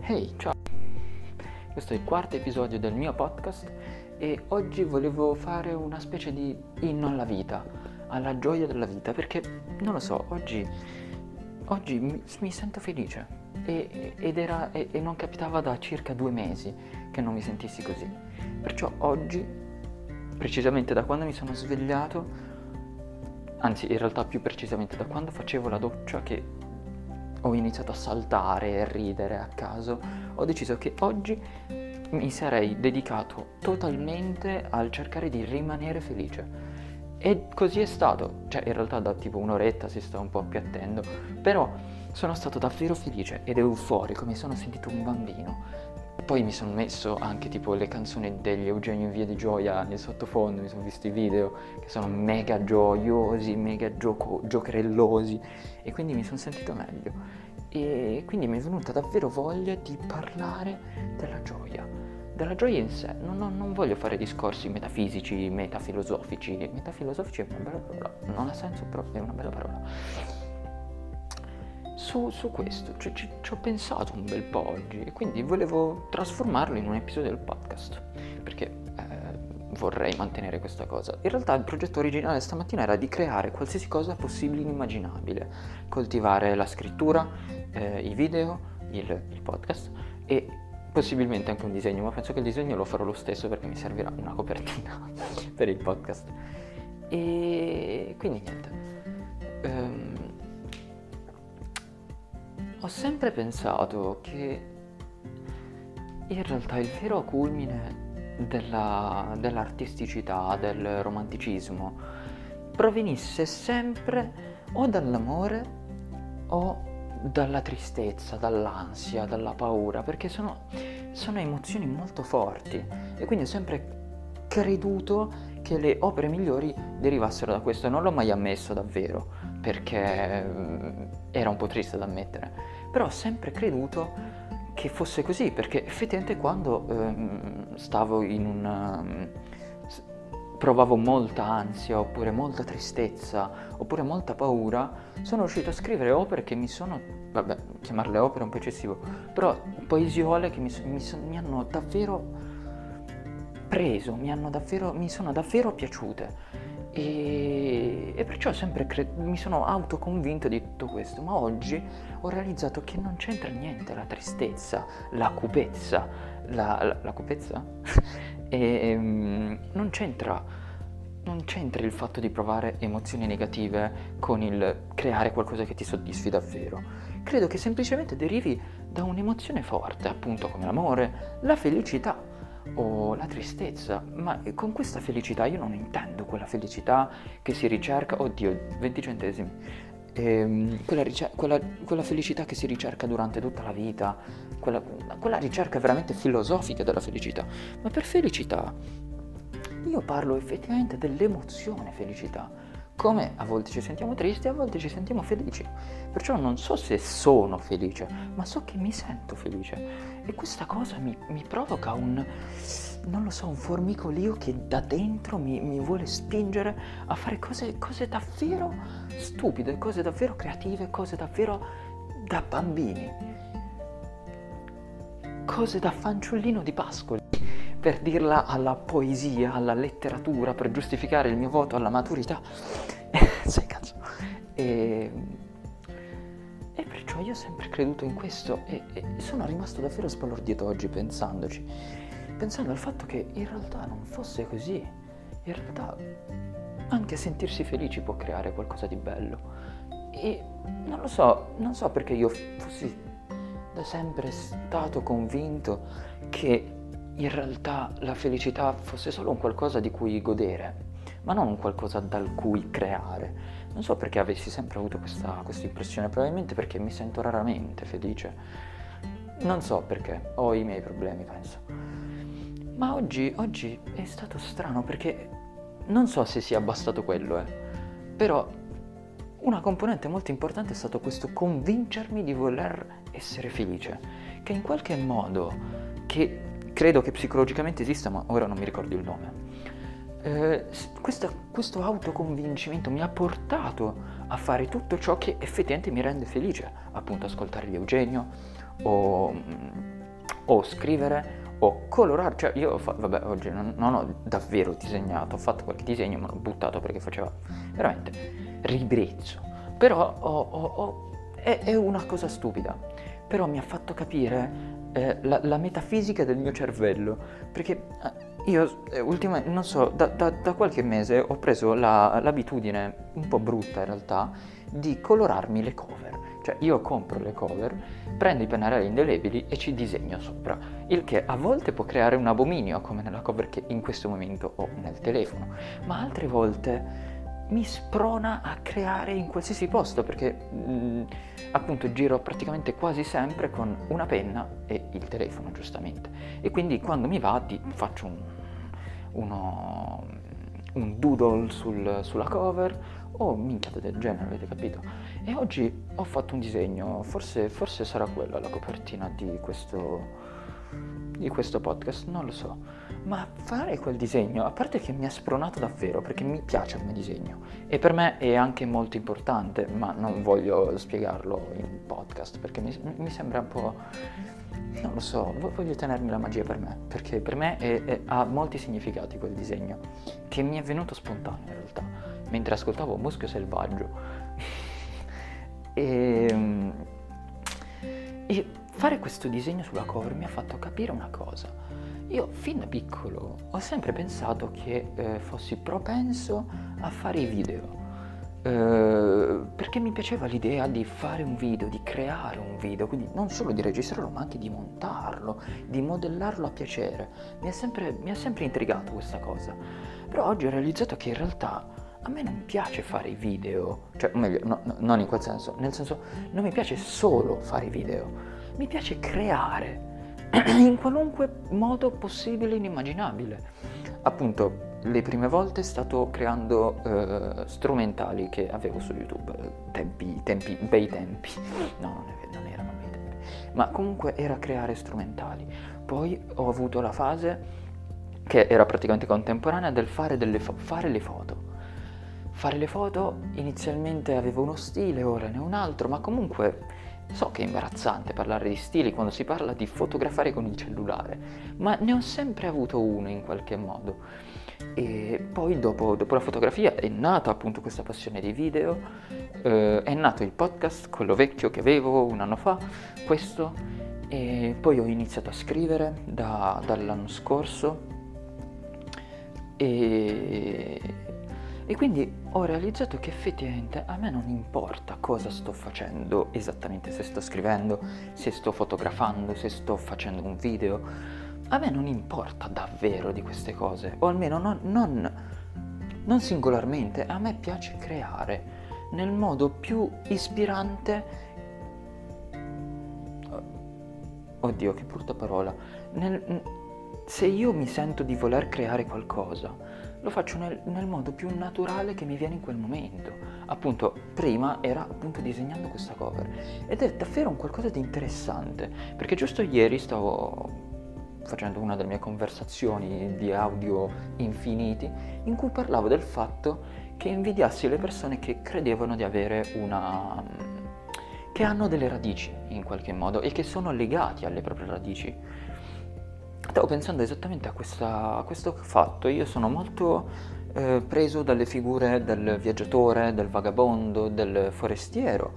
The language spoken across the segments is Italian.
Hey, ciao! Questo è il quarto episodio del mio podcast e oggi volevo fare una specie di inno alla vita, alla gioia della vita, perché non lo so, oggi mi sento felice e non capitava da circa 2 mesi che non mi sentissi così. Perciò oggi, precisamente da quando mi sono svegliato, anzi in realtà più precisamente da quando facevo la doccia, che ho iniziato a saltare e ridere a caso, ho deciso che oggi mi sarei dedicato totalmente al cercare di rimanere felice. E così è stato, cioè in realtà da tipo un'oretta si sta un po' appiattendo, però sono stato davvero felice ed euforico, mi sono sentito un bambino. Poi mi sono messo anche tipo le canzoni degli Eugenio in Via di Gioia nel sottofondo, mi sono visto i video che sono mega gioiosi, mega giocherellosi e quindi mi sono sentito meglio. E quindi mi è venuta davvero voglia di parlare della gioia in sé. Non voglio fare discorsi metafisici, metafilosofici è una bella parola, non ha senso però è una bella parola. Su questo ci ho pensato un bel po' oggi e quindi volevo trasformarlo in un episodio del podcast perché vorrei mantenere questa cosa. In realtà il progetto originale stamattina era di creare qualsiasi cosa possibile e inimmaginabile, coltivare la scrittura, i video, il podcast e possibilmente anche un disegno, ma penso che il disegno lo farò lo stesso perché mi servirà una copertina per il podcast. E quindi niente. Ho sempre pensato che in realtà il vero culmine dell'artisticità, del romanticismo, provenisse sempre o dall'amore o dalla tristezza, dall'ansia, dalla paura, perché sono emozioni molto forti e quindi ho sempre creduto che le opere migliori derivassero da questo. Non l'ho mai ammesso davvero, perché era un po' triste da ammettere, però ho sempre creduto che fosse così, perché effettivamente quando stavo provavo molta ansia, oppure molta tristezza, oppure molta paura, sono riuscito a scrivere opere che vabbè, chiamarle opere è un po' eccessivo, però poesiole che mi hanno davvero preso, mi sono davvero piaciute. E perciò mi sono autoconvinto di tutto questo, ma oggi ho realizzato che non c'entra niente la tristezza, la cupezza, la cupezza? Non c'entra il fatto di provare emozioni negative con il creare qualcosa che ti soddisfi davvero. Credo che semplicemente derivi da un'emozione forte, appunto come l'amore, la felicità o la tristezza, ma con questa felicità io non intendo quella felicità che si ricerca, oddio, 20 centesimi, quella felicità che si ricerca durante tutta la vita, quella ricerca veramente filosofica della felicità, ma per felicità io parlo effettivamente dell'emozione felicità. Come a volte ci sentiamo tristi, a volte ci sentiamo felici. Perciò non so se sono felice, ma so che mi sento felice. E questa cosa mi provoca un formicolio che da dentro mi vuole spingere a fare cose davvero stupide, cose davvero creative, cose davvero da bambini. Cose da fanciullino di Pascoli. Per dirla alla poesia, alla letteratura, per giustificare il mio voto alla maturità. Sai cazzo. E perciò io ho sempre creduto in questo e sono rimasto davvero sbalordito oggi pensando al fatto che in realtà non fosse così. In realtà anche sentirsi felici può creare qualcosa di bello. E non so perché io fossi da sempre stato convinto che in realtà la felicità fosse solo un qualcosa di cui godere, ma non un qualcosa dal cui creare. Non so perché avessi sempre avuto questa impressione, probabilmente perché mi sento raramente felice. Non so perché, ho i miei problemi, penso. Ma oggi è stato strano perché non so se sia bastato quello, però una componente molto importante è stato questo convincermi di voler essere felice, che in qualche modo, che credo che psicologicamente esista, ma ora non mi ricordo il nome. Questo autoconvincimento mi ha portato a fare tutto ciò che effettivamente mi rende felice, appunto ascoltare gli Eugenio o o scrivere o colorare. Cioè io vabbè, oggi non ho davvero disegnato, ho fatto qualche disegno ma l'ho buttato perché faceva veramente ribrezzo. Però è una cosa stupida, però mi ha fatto capire la metafisica del mio cervello, perché io ultimamente, non so, da qualche mese ho preso l'abitudine, un po' brutta in realtà, di colorarmi le cover. Cioè io compro le cover, prendo i pennarelli indelebili e ci disegno sopra, il che a volte può creare un abominio, come nella cover che in questo momento ho nel telefono, ma altre volte mi sprona a creare in qualsiasi posto, perché appunto giro praticamente quasi sempre con una penna e il telefono, giustamente, e quindi quando mi va faccio un doodle sulla cover o minchiate del genere, avete capito? E oggi ho fatto un disegno, forse sarà quella la copertina di questo podcast, non lo so, ma fare quel disegno, a parte che mi ha spronato davvero, perché mi piace come disegno e per me è anche molto importante, ma non voglio spiegarlo in podcast perché mi sembra un po', non lo so, voglio tenermi la magia per me, perché per me ha molti significati quel disegno, che mi è venuto spontaneo in realtà, mentre ascoltavo Muschio Selvaggio. E fare questo disegno sulla cover mi ha fatto capire una cosa. Io fin da piccolo ho sempre pensato che fossi propenso a fare i video, perché mi piaceva l'idea di fare un video, di creare un video, quindi non solo di registrarlo ma anche di montarlo, di modellarlo a piacere. Mi ha sempre intrigato questa cosa, però oggi ho realizzato che in realtà a me non piace fare i video, cioè o meglio, non in quel senso, nel senso non mi piace solo fare i video, mi piace creare in qualunque modo possibile e inimmaginabile. Appunto, le prime volte è stato creando strumentali che avevo su YouTube, bei tempi, no, non erano bei tempi, ma comunque era creare strumentali. Poi ho avuto la fase che era praticamente contemporanea del fare le foto. Fare le foto, inizialmente avevo uno stile, ora ne ho un altro, ma comunque so che è imbarazzante parlare di stili quando si parla di fotografare con il cellulare, ma ne ho sempre avuto uno in qualche modo. E poi dopo la fotografia è nata appunto questa passione dei video, è nato il podcast, quello vecchio che avevo un anno fa, questo, e poi ho iniziato a scrivere dall'anno scorso e quindi ho realizzato che effettivamente a me non importa cosa sto facendo esattamente, se sto scrivendo, se sto fotografando, se sto facendo un video, a me non importa davvero di queste cose, o almeno non singolarmente, a me piace creare nel modo più ispirante. Oddio, che brutta parola. Se io mi sento di voler creare qualcosa, lo faccio nel modo più naturale che mi viene in quel momento. Appunto, prima era appunto disegnando questa cover ed è davvero un qualcosa di interessante, perché giusto ieri stavo facendo una delle mie conversazioni di audio infiniti in cui parlavo del fatto che invidiassi le persone che credevano di avere che hanno delle radici in qualche modo e che sono legati alle proprie radici. Stavo pensando esattamente a questo fatto. Io sono molto preso dalle figure del viaggiatore, del vagabondo, del forestiero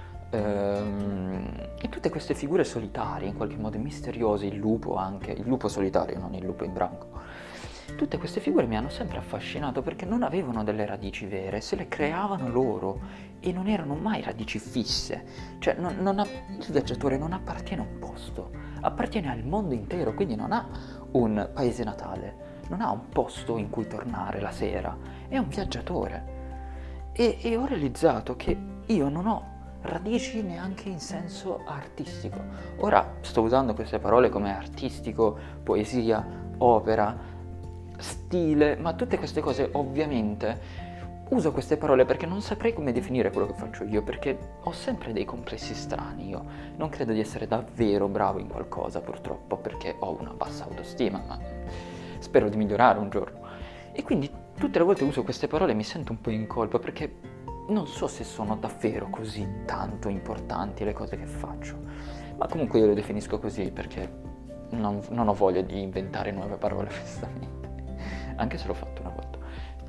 e tutte queste figure solitarie, in qualche modo misteriose, il lupo anche, il lupo solitario, non il lupo in branco. Tutte queste figure mi hanno sempre affascinato perché non avevano delle radici vere, se le creavano loro e non erano mai radici fisse. Cioè il viaggiatore non appartiene a un posto, appartiene al mondo intero, quindi non ha un paese natale, non ha un posto in cui tornare la sera, è un viaggiatore. E ho realizzato che io non ho radici neanche in senso artistico. Ora sto usando queste parole come artistico, poesia, opera, stile, ma tutte queste cose ovviamente uso queste parole perché non saprei come definire quello che faccio io, perché ho sempre dei complessi strani. Io non credo di essere davvero bravo in qualcosa, purtroppo, perché ho una bassa autostima, ma spero di migliorare un giorno. E quindi tutte le volte uso queste parole e mi sento un po' in colpa perché non so se sono davvero così tanto importanti le cose che faccio, ma comunque io le definisco così perché non ho voglia di inventare nuove parole, onestamente, anche se l'ho fatto una volta.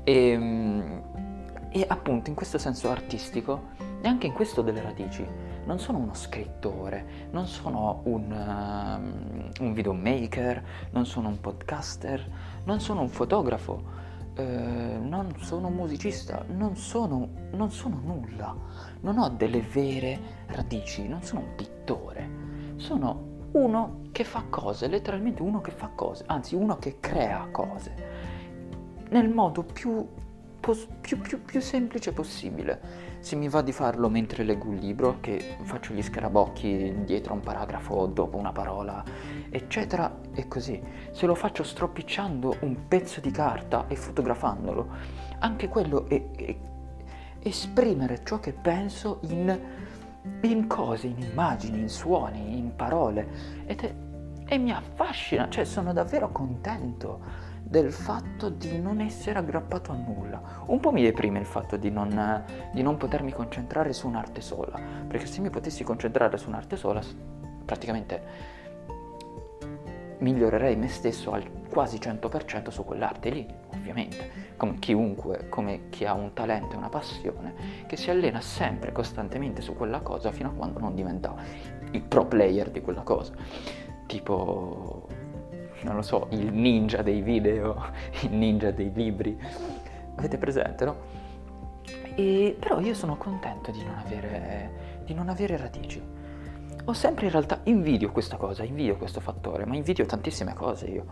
E appunto in questo senso artistico, e anche in questo delle radici, non sono uno scrittore, non sono un videomaker, non sono un podcaster, non sono un fotografo, non sono un musicista, non sono nulla, non ho delle vere radici, non sono un pittore, sono uno che fa cose, letteralmente uno che fa cose, anzi uno che crea cose, nel modo più semplice possibile. Se mi va di farlo mentre leggo un libro, che faccio gli scarabocchi dietro un paragrafo, dopo una parola, eccetera, e così. Se lo faccio stropicciando un pezzo di carta e fotografandolo, anche quello è esprimere ciò che penso in cose, in immagini, in suoni, in parole, e mi affascina, cioè sono davvero contento del fatto di non essere aggrappato a nulla. Un po' mi deprime il fatto di non potermi concentrare su un'arte sola, perché se mi potessi concentrare su un'arte sola, praticamente migliorerei me stesso al quasi 100% su quell'arte lì, ovviamente, come chiunque, come chi ha un talento e una passione, che si allena sempre, costantemente su quella cosa fino a quando non diventa il pro player di quella cosa. Tipo, non lo so, il ninja dei video, il ninja dei libri, avete presente, no? Però io sono contento di non avere radici. Ho sempre in realtà invidio questa cosa, invidio questo fattore, ma invidio tantissime cose io.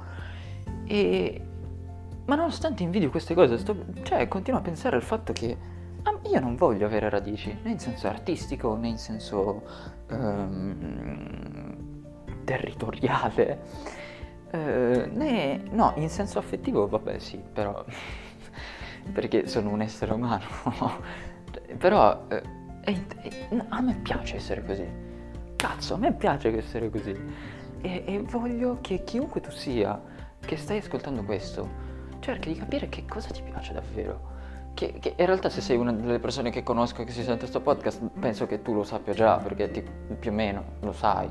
Ma nonostante invidio queste cose, continuo a pensare al fatto che io non voglio avere radici, né in senso artistico, né in senso territoriale, no, in senso affettivo, vabbè sì, però perché sono un essere umano, però a me piace essere così. Cazzo, a me piace essere così e voglio che chiunque tu sia, che stai ascoltando questo, cerchi di capire che cosa ti piace davvero. Che in realtà se sei una delle persone che conosco che si sente questo podcast, penso che tu lo sappia già, perché più o meno lo sai.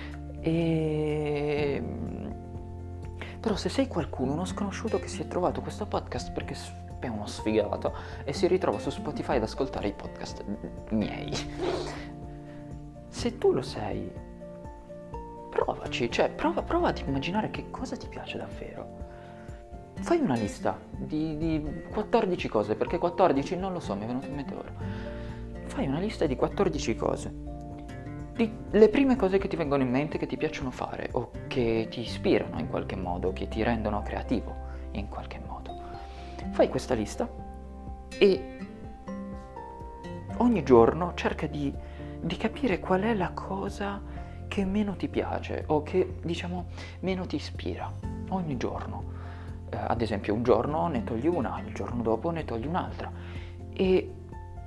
Però se sei qualcuno, uno sconosciuto che si è trovato questo podcast perché è uno sfigato e si ritrova su Spotify ad ascoltare i podcast miei, se tu lo sei, provaci, cioè prova ad immaginare che cosa ti piace davvero. Fai una lista di 14 cose, perché 14 non lo so, mi è venuto in mente ora. Fai una lista di 14 cose, le prime cose che ti vengono in mente, che ti piacciono fare o che ti ispirano in qualche modo, che ti rendono creativo in qualche modo. Fai questa lista e ogni giorno cerca di capire qual è la cosa che meno ti piace o che, diciamo, meno ti ispira ogni giorno. Ad esempio, un giorno ne togli una, il giorno dopo ne togli un'altra e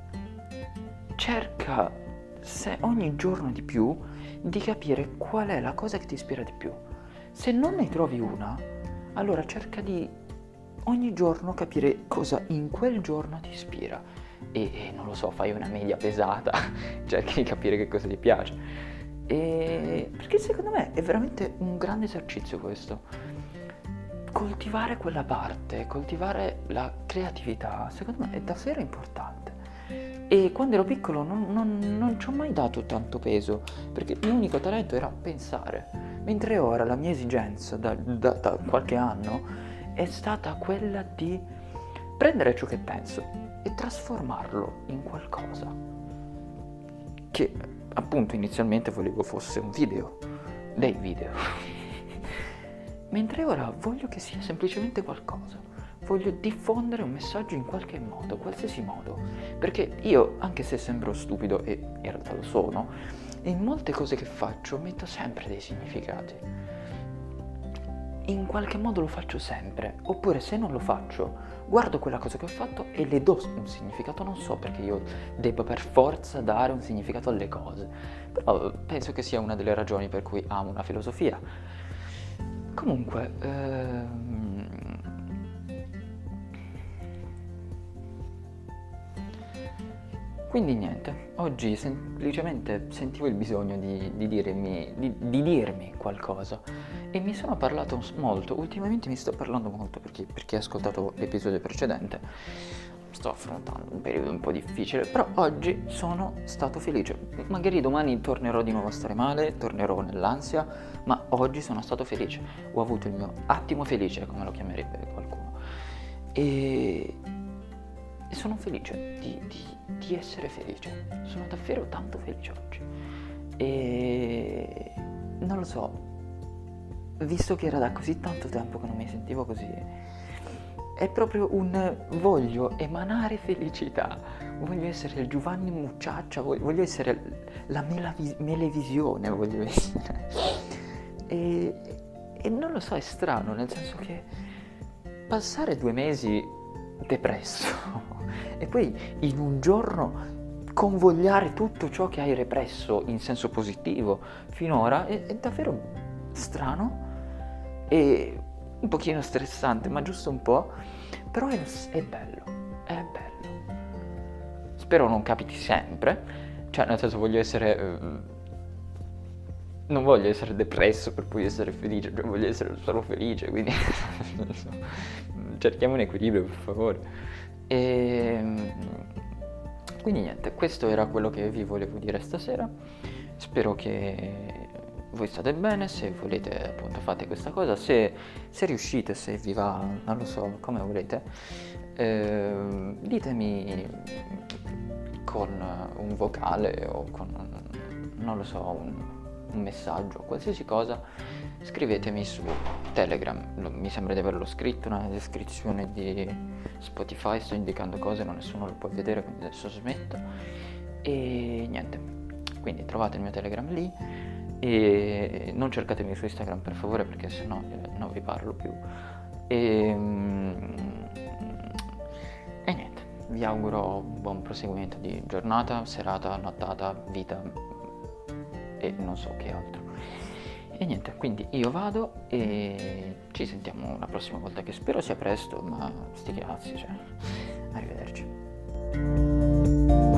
cerca ogni giorno di più di capire qual è la cosa che ti ispira di più. Se non ne trovi una, allora cerca di ogni giorno capire cosa in quel giorno ti ispira e non lo so, fai una media pesata, cerchi di capire che cosa ti piace. Perché secondo me è veramente un grande esercizio questo. Coltivare quella parte, coltivare la creatività, secondo me è davvero importante. E quando ero piccolo non ci ho mai dato tanto peso, perché il mio unico talento era pensare, mentre ora la mia esigenza da qualche anno è stata quella di prendere ciò che penso e trasformarlo in qualcosa che appunto inizialmente volevo fosse un video, dei video. Mentre ora voglio che sia semplicemente qualcosa, voglio diffondere un messaggio in qualche modo, qualsiasi modo, perché io, anche se sembro stupido, e in realtà lo sono, in molte cose che faccio metto sempre dei significati. In qualche modo lo faccio sempre, oppure se non lo faccio, guardo quella cosa che ho fatto e le do un significato, non so perché io debba per forza dare un significato alle cose, però penso che sia una delle ragioni per cui amo una filosofia. Comunque, quindi niente, oggi semplicemente sentivo il bisogno di dirmi qualcosa e mi sono parlato molto, ultimamente mi sto parlando molto perché hai ascoltato l'episodio precedente, sto affrontando un periodo un po' difficile, però oggi sono stato felice. Magari domani tornerò di nuovo a stare male, tornerò nell'ansia, ma oggi sono stato felice. Ho avuto il mio attimo felice, come lo chiamerebbe qualcuno. E sono felice di essere felice. Sono davvero tanto felice oggi. E non lo so, visto che era da così tanto tempo che non mi sentivo così, è proprio voglio emanare felicità, voglio essere il Giovanni Mucciaccia, voglio essere la Melevisione, voglio essere. E non lo so, è strano, nel senso che passare 2 mesi depresso e poi in un giorno convogliare tutto ciò che hai represso in senso positivo finora è davvero strano e un pochino stressante, ma giusto un po', però è bello, è bello. Spero non capiti sempre, cioè nel senso non voglio essere depresso per poi essere felice, cioè voglio essere solo felice, quindi non so, cerchiamo un equilibrio per favore. Quindi niente, questo era quello che vi volevo dire stasera, spero che voi state bene, se volete appunto fate questa cosa, se riuscite, se vi va, non lo so, come volete, ditemi con un vocale o con, non lo so, un messaggio, qualsiasi cosa, scrivetemi su Telegram, mi sembra di averlo scritto nella descrizione di Spotify, sto indicando cose, ma nessuno lo può vedere, quindi adesso smetto, e niente, quindi trovate il mio Telegram lì, e non cercatemi su Instagram per favore perché sennò non vi parlo più, e niente, vi auguro un buon proseguimento di giornata, serata, nottata, vita e non so che altro. E niente, quindi io vado e ci sentiamo la prossima volta, che spero sia presto, ma sti cazzi, cioè, arrivederci.